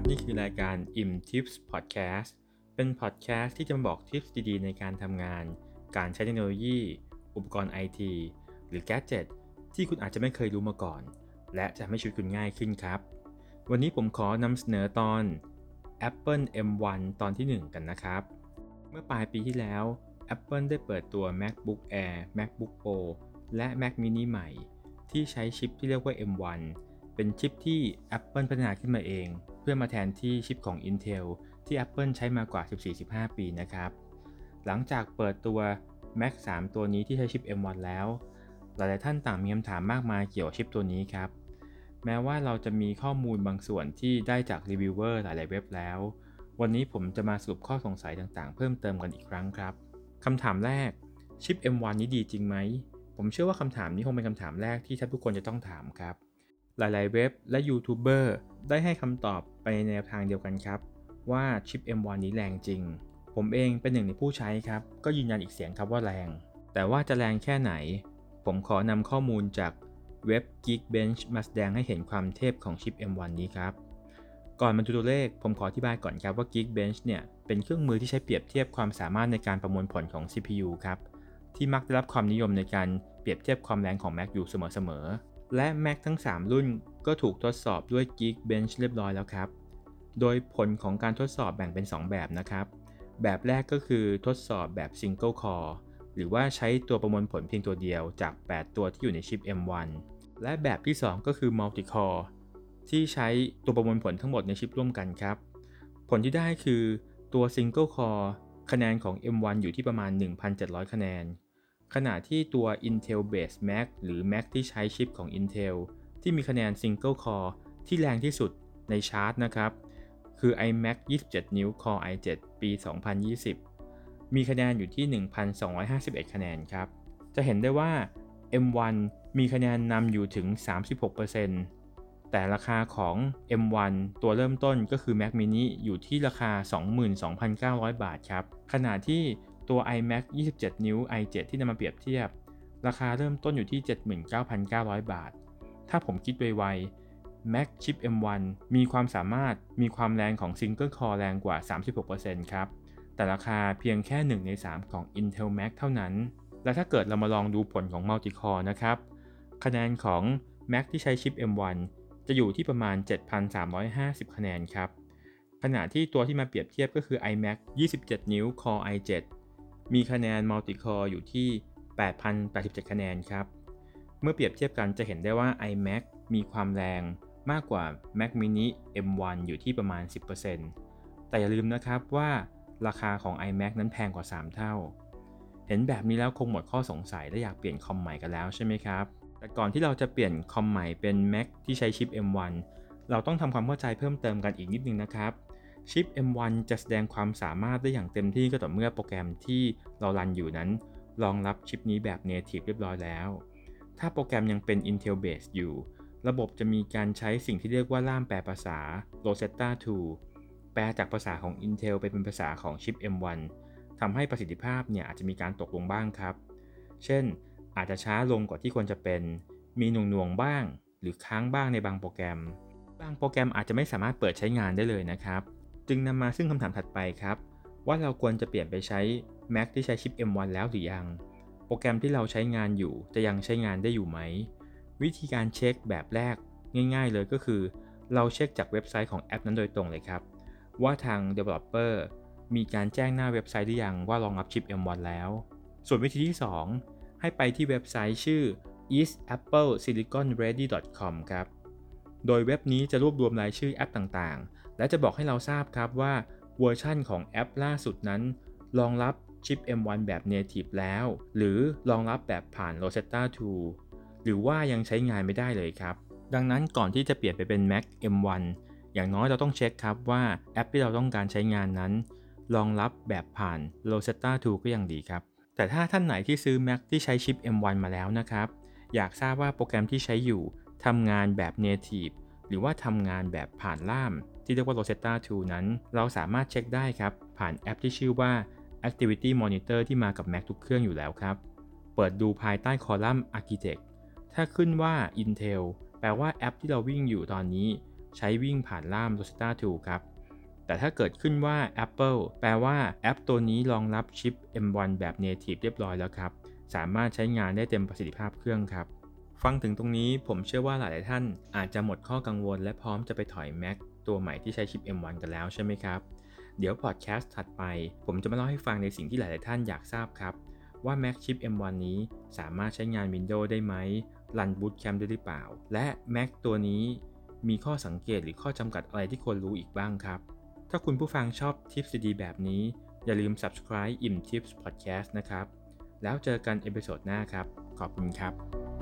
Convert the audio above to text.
นี่คือรายการ IM Tips Podcast เป็น podcast ที่จะมาบอกทิปส์ดีๆในการทำงานการใช้เทคโนโลยีอุปกรณ์ IT หรือแกดเจ็ตที่คุณอาจจะไม่เคยรู้มาก่อนและจะทำให้ชีวิตคุณง่ายขึ้นครับวันนี้ผมขอนำเสนอตอน Apple M1 ตอนที่ 1 กันนะครับเมื่อปลายปีที่แล้ว Apple ได้เปิดตัว MacBook Air MacBook Pro และ Mac mini ใหม่ที่ใช้ชิปที่เรียกว่า M1 เป็นชิปที่ Apple พัฒนาขึ้นมาเองเพื่อมาแทนที่ชิปของ Intel ที่ Apple ใช้มากว่า 14-15 ปีนะครับหลังจากเปิดตัว Mac 3 ตัวนี้ที่ใช้ชิป M1 แล้วหลายๆท่านต่างมีคำถามมากมายเกี่ยวกับชิปตัวนี้ครับแม้ว่าเราจะมีข้อมูลบางส่วนที่ได้จากรีวิวเวอร์หลายๆเว็บแล้ววันนี้ผมจะมาสรุปข้อสงสัยต่างๆเพิ่มเติมกันอีกครั้งครับคำถามแรกชิป M1 นี้ดีจริงไหมผมเชื่อว่าคำถามนี้คงเป็นคำถามแรกที่ทุกคนจะต้องถามครับหลายๆเว็บและยูทูบเบอร์ได้ให้คำตอบไปในแนวทางเดียวกันครับว่าชิป M1 นี้แรงจริงผมเองเป็นหนึ่งในผู้ใช้ครับก็ยืนยันอีกเสียงครับว่าแรงแต่ว่าจะแรงแค่ไหนผมขอนำข้อมูลจากเว็บ Geekbench มาแสดงให้เห็นความเทพของชิป M1 นี้ครับก่อนมาดูตัวเลขผมขออธิบายก่อนครับว่า Geekbench เนี่ยเป็นเครื่องมือที่ใช้เปรียบเทียบความสามารถในการประมวลผลของ CPU ครับที่มักได้รับความนิยมในการเปรียบเทียบความแรงของ Mac อยู่เสมอและ Mac ทั้ง 3 รุ่นก็ถูกทดสอบด้วย Geekbench เรียบร้อยแล้วครับโดยผลของการทดสอบแบ่งเป็น 2 แบบนะครับแบบแรกก็คือทดสอบแบบ Single Core หรือว่าใช้ตัวประมวลผลเพียงตัวเดียวจาก 8 ตัวที่อยู่ในชิป M1 และแบบที่ 2 ก็คือ Multi Core ที่ใช้ตัวประมวลผลทั้งหมดในชิปร่วมกันครับผลที่ได้คือตัว Single Core คะแนนของ M1 อยู่ที่ประมาณ 1,700 คะแนนขณะที่ตัว Intel Base Mac หรือ Mac ที่ใช้ชิปของ Intel ที่มีคะแนน Single Core ที่แรงที่สุดในชาร์ตนะครับคือ iMac 27 นิ้ว Core i7 ปี 2020 มีคะแนนอยู่ที่ 1,251 คะแนนครับจะเห็นได้ว่า M1 มีคะแนนนำอยู่ถึง 36%แต่ราคาของ M1 ตัวเริ่มต้นก็คือ Mac mini อยู่ที่ราคา 22,900 บาทครับขณะที่ตัว iMac 27 นิ้ว i7 ที่นำมาเปรียบเทียบราคาเริ่มต้นอยู่ที่ 79,900 บาทถ้าผมคิดไวๆ Mac Chip M1 มีความสามารถมีความแรงของ Single Core แรงกว่า 36% ครับแต่ราคาเพียงแค่ 1 ใน 3 ของ Intel Mac เท่านั้นและถ้าเกิดเรามาลองดูผลของ Multi Core นะครับคะแนนของ Mac ที่ใช้ชิป M1 จะอยู่ที่ประมาณ 7,350 คะแนนครับขณะที่ตัวที่มาเปรียบเทียบก็คือ iMac 27 นิ้ว Core i7 มีคะแนน Multi Core อยู่ที่ 8,087 คะแนนครับเมื่อเปรียบเทียบกันจะเห็นได้ว่า iMac มีความแรงมากกว่า Mac mini M1 อยู่ที่ประมาณ 10% แต่อย่าลืมนะครับว่าราคาของ iMac นั้นแพงกว่า 3 เท่าเห็นแบบนี้แล้วคงหมดข้อสงสัยและอยากเปลี่ยนคอมใหม่กันแล้วใช่ไหมครับแต่ก่อนที่เราจะเปลี่ยนคอมใหม่เป็น Mac ที่ใช้ชิป M1 เราต้องทำความเข้าใจเพิ่มเติมกันอีกนิดนึงนะครับชิป M1 จะแสดงความสามารถได้อย่างเต็มที่ก็ต่อเมื่อโปรแกรมที่เรารันอยู่นั้นรองรับชิปนี้แบบ Native เรียบร้อยแล้วถ้าโปรแกรมยังเป็น Intel Base อยู่ระบบจะมีการใช้สิ่งที่เรียกว่าล่ามแปลภาษา Rosetta 2 แปลจากภาษาของ Intel ไปเป็นภาษาของชิป M1 ทำให้ประสิทธิภาพเนี่ยอาจจะมีการตกลงบ้างครับเช่นอาจจะช้าลงกว่าที่ควรจะเป็นมีหน่วงๆบ้างหรือค้างบ้างในบางโปรแกรมอาจจะไม่สามารถเปิดใช้งานได้เลยนะครับจึงนำมาซึ่งคำถามถัดไปครับว่าเราควรจะเปลี่ยนไปใช้ Mac ที่ใช้ชิป M1 แล้วหรือยังโปรแกรมที่เราใช้งานอยู่จะยังใช้งานได้อยู่ไหมวิธีการเช็คแบบแรกง่ายๆเลยก็คือเราเช็คจากเว็บไซต์ของแอปนั้นโดยตรงเลยครับว่าทาง Developer มีการแจ้งหน้าเว็บไซต์หรือยังว่ารองรับชิป M1 แล้วส่วนวิธีที่ 2ให้ไปที่เว็บไซต์ชื่อ isappleSiliconready.com ครับโดยเว็บนี้จะรวบรวมรายชื่อแอปต่างๆและจะบอกให้เราทราบครับว่าเวอร์ชั่นของแอปล่าสุดนั้นรองรับชิป M1 แบบ Native แล้วหรือรองรับแบบผ่าน Rosetta 2 หรือว่ายังใช้งานไม่ได้เลยครับดังนั้นก่อนที่จะเปลี่ยนไปเป็น Mac M1 อย่างน้อยเราต้องเช็คครับว่าแอปที่เราต้องการใช้งานนั้นรองรับแบบผ่าน Rosetta 2 ก็ยังดีครับแต่ถ้าท่านไหนที่ซื้อ Mac ที่ใช้ชิป M1 มาแล้วนะครับอยากทราบว่าโปรแกรมที่ใช้อยู่ทำงานแบบ Native หรือว่าทำงานแบบผ่านล่ามที่เรียกว่า Rosetta 2 นั้นเราสามารถเช็คได้ครับผ่านแอปที่ชื่อว่า Activity Monitor ที่มากับ Mac ทุกเครื่องอยู่แล้วครับเปิดดูภายใต้คอลัมน์ Architect ถ้าขึ้นว่า Intel แปลว่าแอปที่เราวิ่งอยู่ตอนนี้ใช้วิ่งผ่านล่าม Rosetta 2 ครับแต่ถ้าเกิดขึ้นว่า Apple แปลว่าแอปตัวนี้รองรับชิป M1 แบบ Native เรียบร้อยแล้วครับสามารถใช้งานได้เต็มประสิทธิภาพเครื่องครับฟังถึงตรงนี้ผมเชื่อว่าหลายๆท่านอาจจะหมดข้อกังวลและพร้อมจะไปถอย Mac ตัวใหม่ที่ใช้ชิป M1 กันแล้วใช่ไหมครับเดี๋ยวพอดแคสต์ถัดไปผมจะมาเล่าให้ฟังในสิ่งที่หลายๆท่านอยากทราบครับว่า Mac Chip M1 นี้สามารถใช้งาน Windows ได้ไหมรัน Boot Camp ได้หรือเปล่าและ Mac ตัวนี้มีข้อสังเกตหรือข้อจำกัดอะไรที่ควรรู้อีกบ้างครับถ้าคุณผู้ฟังชอบทิปดีๆแบบนี้อย่าลืม Subscribe อิ่ม Tips Podcast นะครับแล้วเจอกันเอพิโซดหน้าครับขอบคุณครับ